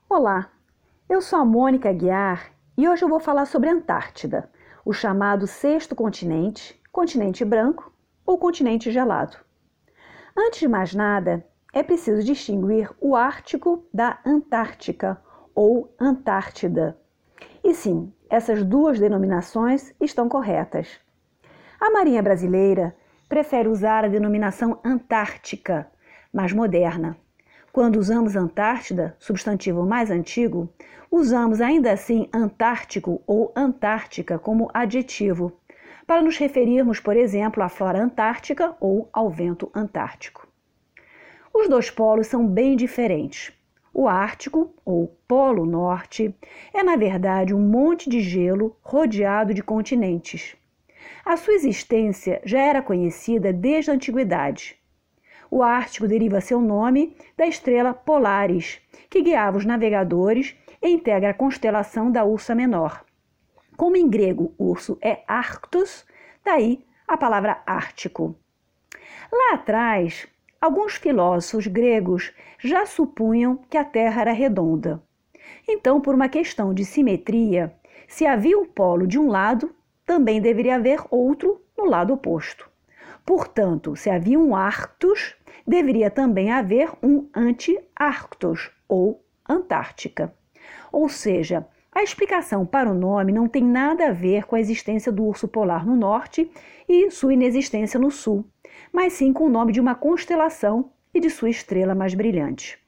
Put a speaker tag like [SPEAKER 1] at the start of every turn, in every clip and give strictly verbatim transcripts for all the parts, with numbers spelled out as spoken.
[SPEAKER 1] Olá, eu sou a Mônica Aguiar e hoje eu vou falar sobre a Antártida, o chamado sexto continente, continente branco ou continente gelado. Antes de mais nada, é preciso distinguir o Ártico da Antártica ou Antártida. E sim, essas duas denominações estão corretas. A Marinha Brasileira prefere usar a denominação Antártica, mais moderna. Quando usamos Antártida, substantivo mais antigo, usamos ainda assim Antártico ou Antártica como adjetivo, para nos referirmos, por exemplo, à flora antártica ou ao vento antártico. Os dois polos são bem diferentes. O Ártico, ou Polo Norte, é na verdade um monte de gelo rodeado de continentes. A sua existência já era conhecida desde a antiguidade. O Ártico deriva seu nome da estrela Polaris, que guiava os navegadores e integra a constelação da Ursa Menor. Como em grego urso é Arctos, daí a palavra Ártico. Lá atrás, alguns filósofos gregos já supunham que a Terra era redonda. Então, por uma questão de simetria, se havia um polo de um lado, também deveria haver outro no lado oposto. Portanto, se havia um Arctos, deveria também haver um anti-Arctos, ou Antártica. Ou seja, a explicação para o nome não tem nada a ver com a existência do urso polar no norte e sua inexistência no sul, mas sim com o nome de uma constelação e de sua estrela mais brilhante.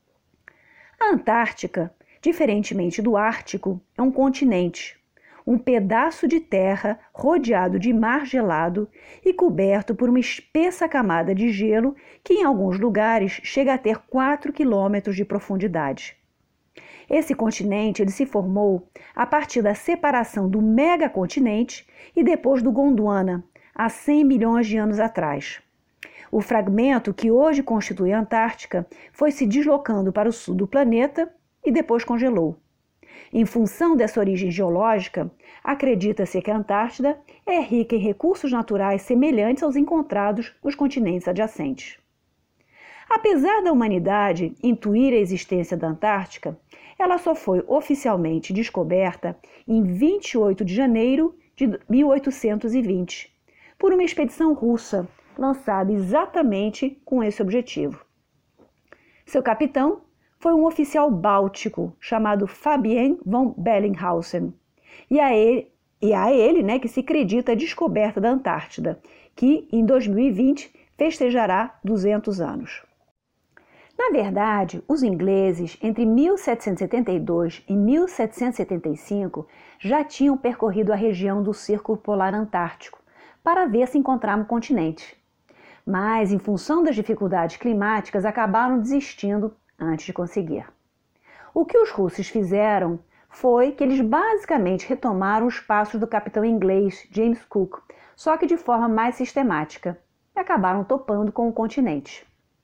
[SPEAKER 1] A Antártica, diferentemente do Ártico, é um continente, um pedaço de terra rodeado de mar gelado e coberto por uma espessa camada de gelo que em alguns lugares chega a ter quatro quilômetros de profundidade. Esse continente ele se formou a partir da separação do megacontinente e depois do Gondwana, há cem milhões de anos atrás. O fragmento que hoje constitui a Antártica foi se deslocando para o sul do planeta e depois congelou. Em função dessa origem geológica, acredita-se que a Antártida é rica em recursos naturais semelhantes aos encontrados nos continentes adjacentes. Apesar da humanidade intuir a existência da Antártica, ela só foi oficialmente descoberta em vinte e oito de janeiro de mil oitocentos e vinte, por uma expedição russa lançada exatamente com esse objetivo. Seu capitão foi um oficial báltico chamado Fabien von Bellinghausen, e a ele, e a ele né, que se acredita a descoberta da Antártida, que em dois mil e vinte festejará duzentos anos. Na verdade, os ingleses, entre mil setecentos e setenta e dois e mil setecentos e setenta e cinco, já tinham percorrido a região do Círculo Polar Antártico para ver se encontravam continente. Mas, em função das dificuldades climáticas, acabaram desistindo antes de conseguir. O que os russos fizeram foi que eles basicamente retomaram os passos do capitão inglês James Cook, só que de forma mais sistemática, e acabaram topando com o continente.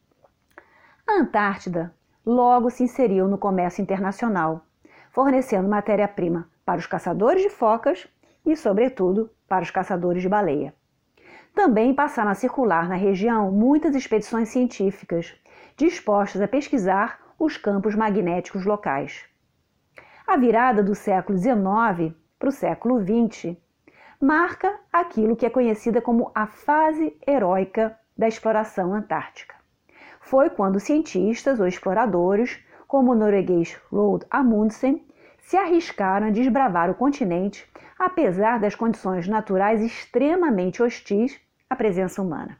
[SPEAKER 1] A Antártida logo se inseriu no comércio internacional, fornecendo matéria-prima para os caçadores de focas e, sobretudo, para os caçadores de baleia. Também passaram a circular na região muitas expedições científicas, dispostas a pesquisar os campos magnéticos locais. A virada do século dezenove para o século vinte marca aquilo que é conhecida como a fase heróica da exploração antártica. Foi quando cientistas ou exploradores, como o norueguês Roald Amundsen, se arriscaram a desbravar o continente, apesar das condições naturais extremamente hostis à presença humana.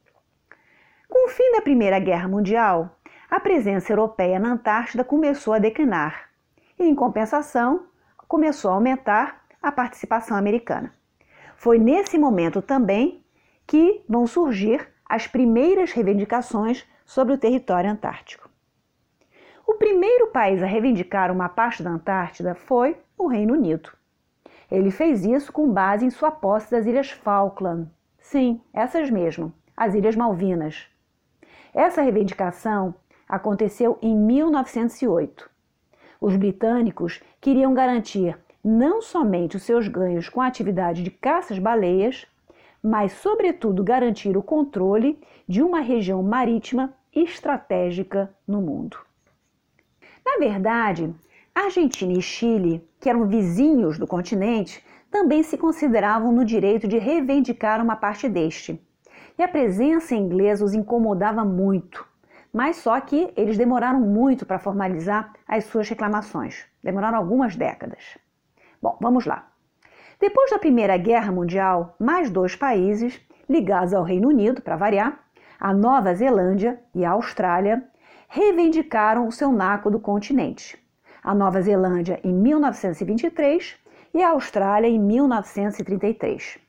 [SPEAKER 1] Com o fim da Primeira Guerra Mundial, a presença europeia na Antártida começou a declinar e, em compensação, começou a aumentar a participação americana. Foi nesse momento também que vão surgir as primeiras reivindicações sobre o território antártico. O primeiro país a reivindicar uma parte da Antártida foi o Reino Unido. Ele fez isso com base em sua posse das Ilhas Falkland. Sim, essas mesmo, as Ilhas Malvinas. Essa reivindicação aconteceu em mil novecentos e oito. Os britânicos queriam garantir não somente os seus ganhos com a atividade de caças-baleias, mas, sobretudo, garantir o controle de uma região marítima estratégica no mundo. Na Na verdade, Argentina e Chile, que eram vizinhos do continente, também se consideravam no direito de reivindicar uma parte deste. E a presença inglesa os incomodava muito, mas só que eles demoraram muito para formalizar as suas reclamações. Demoraram algumas décadas. Bom, vamos lá. Depois da Primeira Guerra Mundial, mais dois países, ligados ao Reino Unido, para variar, a Nova Zelândia e a Austrália, reivindicaram o seu naco do continente. A Nova Zelândia em mil novecentos e vinte e três e a Austrália em mil novecentos e trinta e três.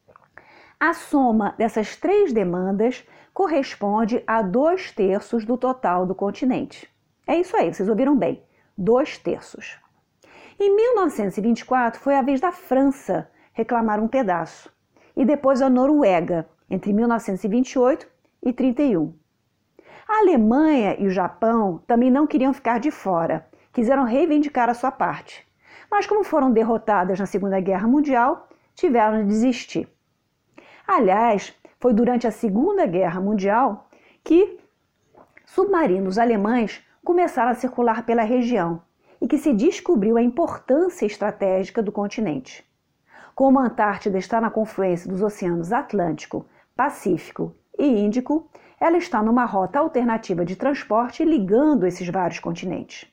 [SPEAKER 1] A soma dessas três demandas corresponde a dois terços do total do continente. É isso aí, vocês ouviram bem, dois terços. Em mil novecentos e vinte e quatro foi a vez da França reclamar um pedaço e depois a Noruega, entre mil novecentos e vinte e oito e trinta e um. A Alemanha e o Japão também não queriam ficar de fora, quiseram reivindicar a sua parte, mas como foram derrotadas na Segunda Guerra Mundial, tiveram de desistir. Aliás, foi durante a Segunda Guerra Mundial que submarinos alemães começaram a circular pela região e que se descobriu a importância estratégica do continente. Como a Antártida está na confluência dos oceanos Atlântico, Pacífico e Índico, ela está numa rota alternativa de transporte ligando esses vários continentes.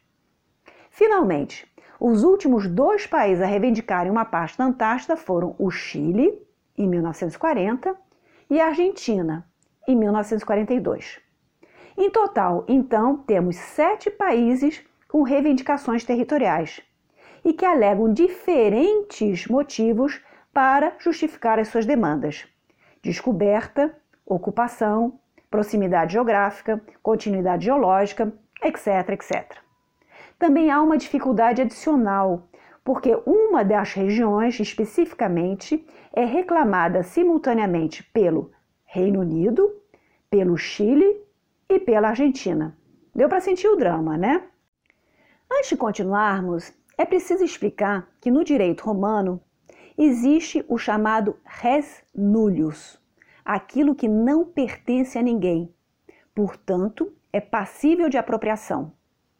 [SPEAKER 1] Finalmente, os últimos dois países a reivindicarem uma parte da Antártida foram o Chile, em mil novecentos e quarenta, e a Argentina, em mil novecentos e quarenta e dois. Em total, então, temos sete países com reivindicações territoriais e que alegam diferentes motivos para justificar as suas demandas: descoberta, ocupação, proximidade geográfica, continuidade geológica, etc, etcétera. Também há uma dificuldade adicional, porque uma das regiões, especificamente, é reclamada simultaneamente pelo Reino Unido, pelo Chile e pela Argentina. Deu para sentir o drama, né? Antes de continuarmos, é preciso explicar que no direito romano existe o chamado res nullius, aquilo que não pertence a ninguém, portanto, é passível de apropriação.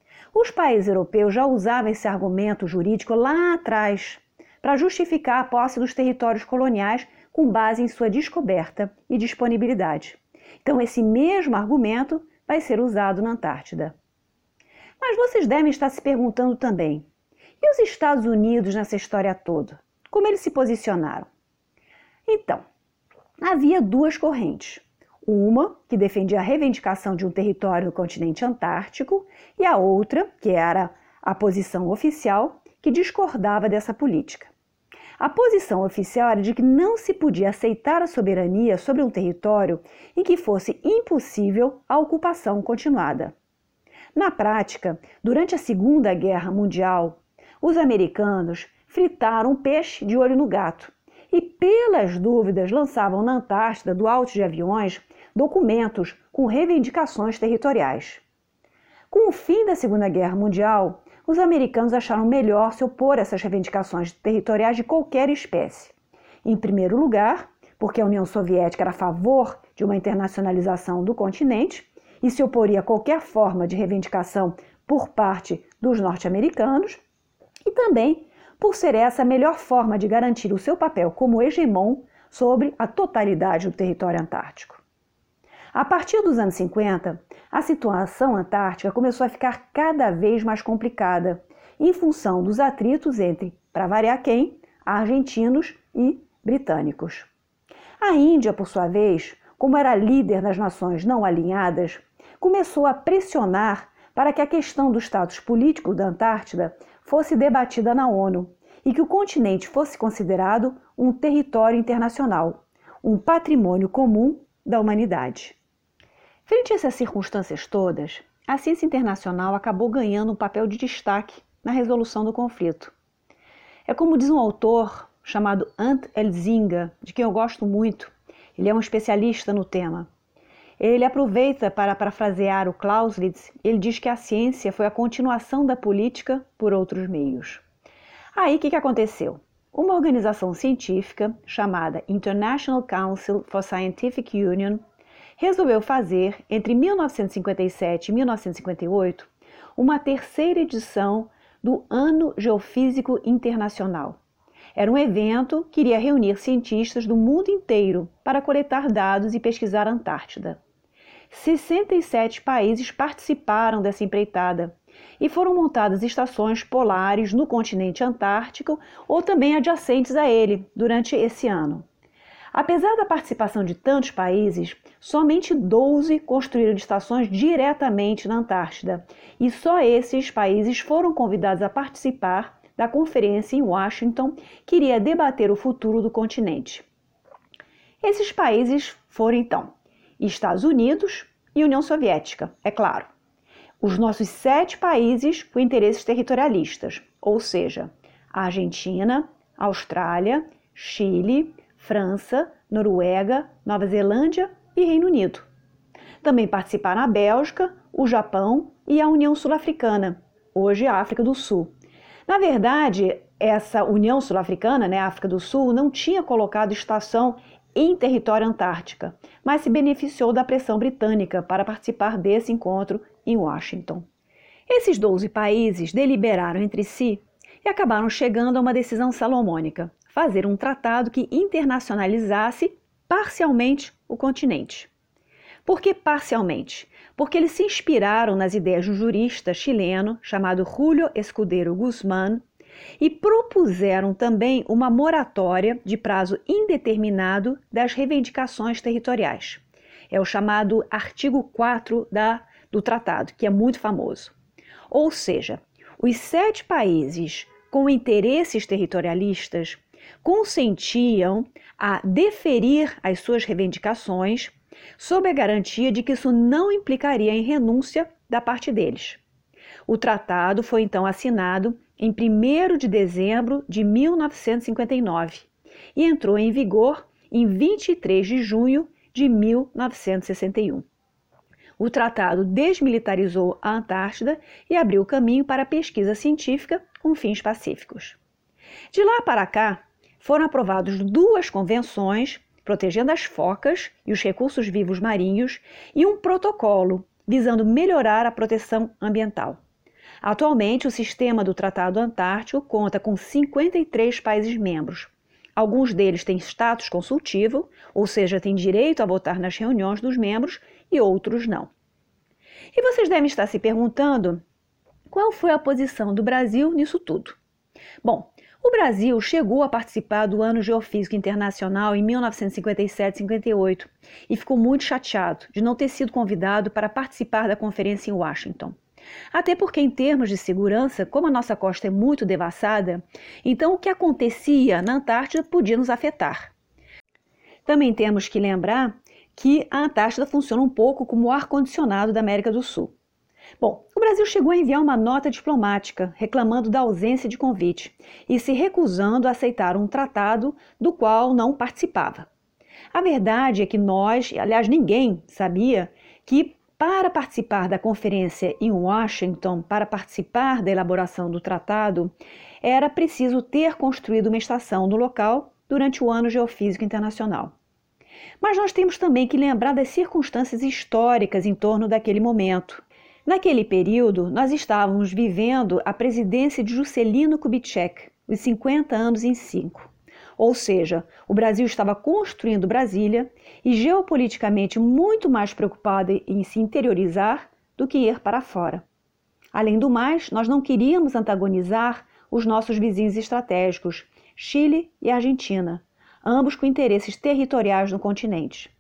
[SPEAKER 1] Os países europeus já usavam esse argumento jurídico lá atrás para justificar a posse dos territórios coloniais com base em sua descoberta e disponibilidade. Então, esse mesmo argumento vai ser usado na Antártida. Mas vocês devem estar se perguntando também, e os Estados Unidos nessa história toda? Como eles se posicionaram? Então, havia duas correntes. Uma, que defendia a reivindicação de um território no continente antártico, e a outra, que era a posição oficial, que discordava dessa política. A posição oficial era de que não se podia aceitar a soberania sobre um território em que fosse impossível a ocupação continuada. Na prática, durante a Segunda Guerra Mundial, os americanos fritaram o peixe de olho no gato e, pelas dúvidas, lançavam na Antártida, do alto de aviões, documentos com reivindicações territoriais. Com o fim da Segunda Guerra Mundial, os americanos acharam melhor se opor a essas reivindicações territoriais de qualquer espécie. Em primeiro lugar, porque a União Soviética era a favor de uma internacionalização do continente e se oporia a qualquer forma de reivindicação por parte dos norte-americanos, e também por ser essa a melhor forma de garantir o seu papel como hegemon sobre a totalidade do território antártico. A partir dos anos cinquenta, a situação antártica começou a ficar cada vez mais complicada, em função dos atritos entre, para variar quem, argentinos e britânicos. A Índia, por sua vez, como era líder das nações não alinhadas, começou a pressionar para que a questão do status político da Antártida fosse debatida na ONU e que o continente fosse considerado um território internacional, um patrimônio comum da humanidade. Frente a essas circunstâncias todas, a ciência internacional acabou ganhando um papel de destaque na resolução do conflito. É como diz um autor chamado Ant Elzinga, de quem eu gosto muito. Ele é um especialista no tema. Ele aproveita para parafrasear o Clausewitz. Ele diz que a ciência foi a continuação da política por outros meios. Aí o que, que aconteceu? Uma organização científica chamada International Council for Scientific Union resolveu fazer, entre mil novecentos e cinquenta e sete e mil novecentos e cinquenta e oito, uma terceira edição do Ano Geofísico Internacional. Era um evento que iria reunir cientistas do mundo inteiro para coletar dados e pesquisar a Antártida. sessenta e sete países participaram dessa empreitada e foram montadas estações polares no continente antártico ou também adjacentes a ele durante esse ano. Apesar da participação de tantos países, somente doze construíram estações diretamente na Antártida, e só esses países foram convidados a participar da conferência em Washington, que iria debater o futuro do continente. Esses países foram, então, Estados Unidos e União Soviética, é claro. Os nossos sete países com interesses territorialistas, ou seja, a Argentina, Austrália, Chile, França, Noruega, Nova Zelândia e Reino Unido. Também participaram a Bélgica, o Japão e a União Sul-Africana, hoje a África do Sul. Na verdade, essa União Sul-Africana, né, a África do Sul, não tinha colocado estação em território antártica, mas se beneficiou da pressão britânica para participar desse encontro em Washington. Esses doze países deliberaram entre si e acabaram chegando a uma decisão salomônica: fazer um tratado que internacionalizasse parcialmente o continente. Por que parcialmente? Porque eles se inspiraram nas ideias de um jurista chileno chamado Julio Escudero Guzmán e propuseram também uma moratória de prazo indeterminado das reivindicações territoriais. É o chamado artigo quatro da, do tratado, que é muito famoso. Ou seja, os sete países com interesses territorialistas consentiam a deferir as suas reivindicações sob a garantia de que isso não implicaria em renúncia da parte deles. O tratado foi então assinado em primeiro de dezembro de mil novecentos e cinquenta e nove e entrou em vigor em vinte e três de junho de mil novecentos e sessenta e um. O tratado desmilitarizou a Antártida e abriu caminho para a pesquisa científica com fins pacíficos. De lá para cá, foram aprovadas duas convenções protegendo as focas e os recursos vivos marinhos e um protocolo visando melhorar a proteção ambiental. Atualmente, o sistema do Tratado Antártico conta com cinquenta e três países membros. Alguns deles têm status consultivo, ou seja, têm direito a votar nas reuniões dos membros, e outros não. E vocês devem estar se perguntando qual foi a posição do Brasil nisso tudo. Bom, o Brasil chegou a participar do Ano Geofísico Internacional em mil novecentos e cinquenta e sete e cinquenta e oito e ficou muito chateado de não ter sido convidado para participar da conferência em Washington. Até porque, em termos de segurança, como a nossa costa é muito devassada, então o que acontecia na Antártida podia nos afetar. Também temos que lembrar que a Antártida funciona um pouco como o ar-condicionado da América do Sul. Bom, o Brasil chegou a enviar uma nota diplomática reclamando da ausência de convite e se recusando a aceitar um tratado do qual não participava. A verdade é que nós, aliás ninguém, sabia que para participar da conferência em Washington, para participar da elaboração do tratado, era preciso ter construído uma estação no local durante o Ano Geofísico Internacional. Mas nós temos também que lembrar das circunstâncias históricas em torno daquele momento. Naquele período, nós estávamos vivendo a presidência de Juscelino Kubitschek, os cinquenta anos em cinco. Ou seja, o Brasil estava construindo Brasília e geopoliticamente muito mais preocupado em se interiorizar do que ir para fora. Além do mais, nós não queríamos antagonizar os nossos vizinhos estratégicos, Chile e Argentina, ambos com interesses territoriais no continente.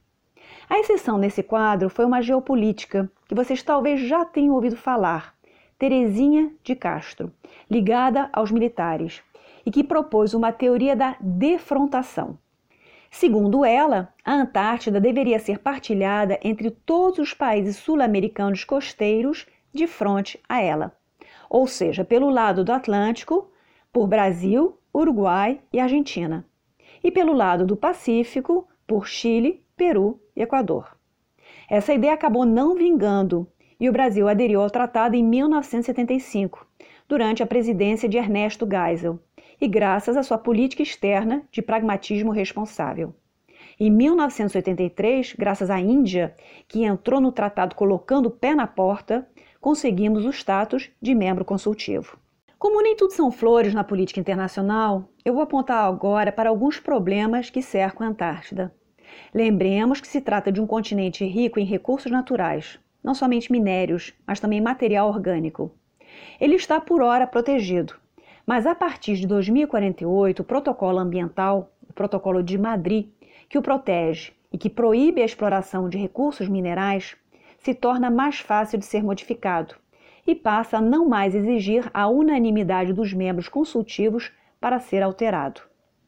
[SPEAKER 1] A exceção nesse quadro foi uma geopolítica que vocês talvez já tenham ouvido falar, Terezinha de Castro, ligada aos militares, e que propôs uma teoria da defrontação. Segundo ela, a Antártida deveria ser partilhada entre todos os países sul-americanos costeiros de frente a ela, ou seja, pelo lado do Atlântico, por Brasil, Uruguai e Argentina, e pelo lado do Pacífico, por Chile, Peru e Equador. Essa ideia acabou não vingando e o Brasil aderiu ao tratado em mil novecentos e setenta e cinco, durante a presidência de Ernesto Geisel, e graças à sua política externa de pragmatismo responsável. Em mil novecentos e oitenta e três, graças à Índia, que entrou no tratado colocando o pé na porta, conseguimos o status de membro consultivo. Como nem tudo são flores na política internacional, eu vou apontar agora para alguns problemas que cercam a Antártida. Lembremos que se trata de um continente rico em recursos naturais, não somente minérios, mas também material orgânico. Ele está por hora protegido, mas a partir de dois mil e quarenta e oito, o protocolo ambiental, o protocolo de Madrid, que o protege e que proíbe a exploração de recursos minerais, se torna mais fácil de ser modificado e passa a não mais exigir a unanimidade dos membros consultivos para ser alterado.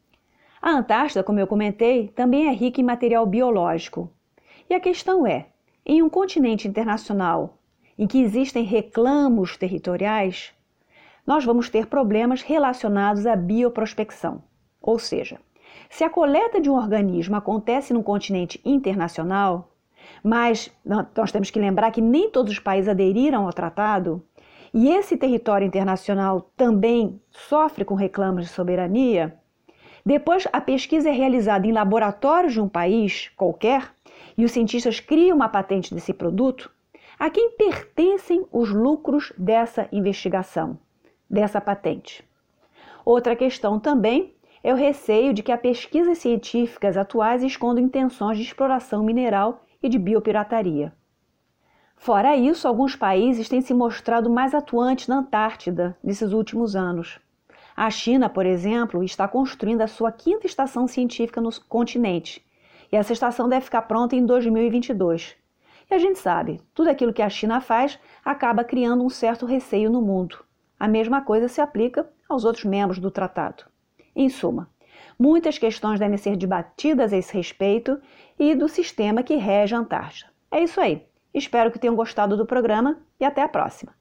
[SPEAKER 1] A Antártida, como eu comentei, também é rica em material biológico. E a questão é, em um continente internacional em que existem reclamos territoriais, nós vamos ter problemas relacionados à bioprospecção. Ou seja, se a coleta de um organismo acontece num continente internacional, mas nós temos que lembrar que nem todos os países aderiram ao tratado, e esse território internacional também sofre com reclamos de soberania, depois a pesquisa é realizada em laboratórios de um país qualquer, e os cientistas criam uma patente desse produto, a quem pertencem os lucros dessa investigação, dessa patente? Outra questão também é o receio de que as pesquisas científicas atuais escondam intenções de exploração mineral e de biopirataria. Fora isso, alguns países têm se mostrado mais atuantes na Antártida nesses últimos anos. A China, por exemplo, está construindo a sua quinta estação científica no continente, e essa estação deve ficar pronta em dois mil e vinte e dois. E a gente sabe, tudo aquilo que a China faz acaba criando um certo receio no mundo. A mesma coisa se aplica aos outros membros do tratado. Em suma, muitas questões devem ser debatidas a esse respeito e do sistema que rege a Antártida. É isso aí. Espero que tenham gostado do programa e até a próxima.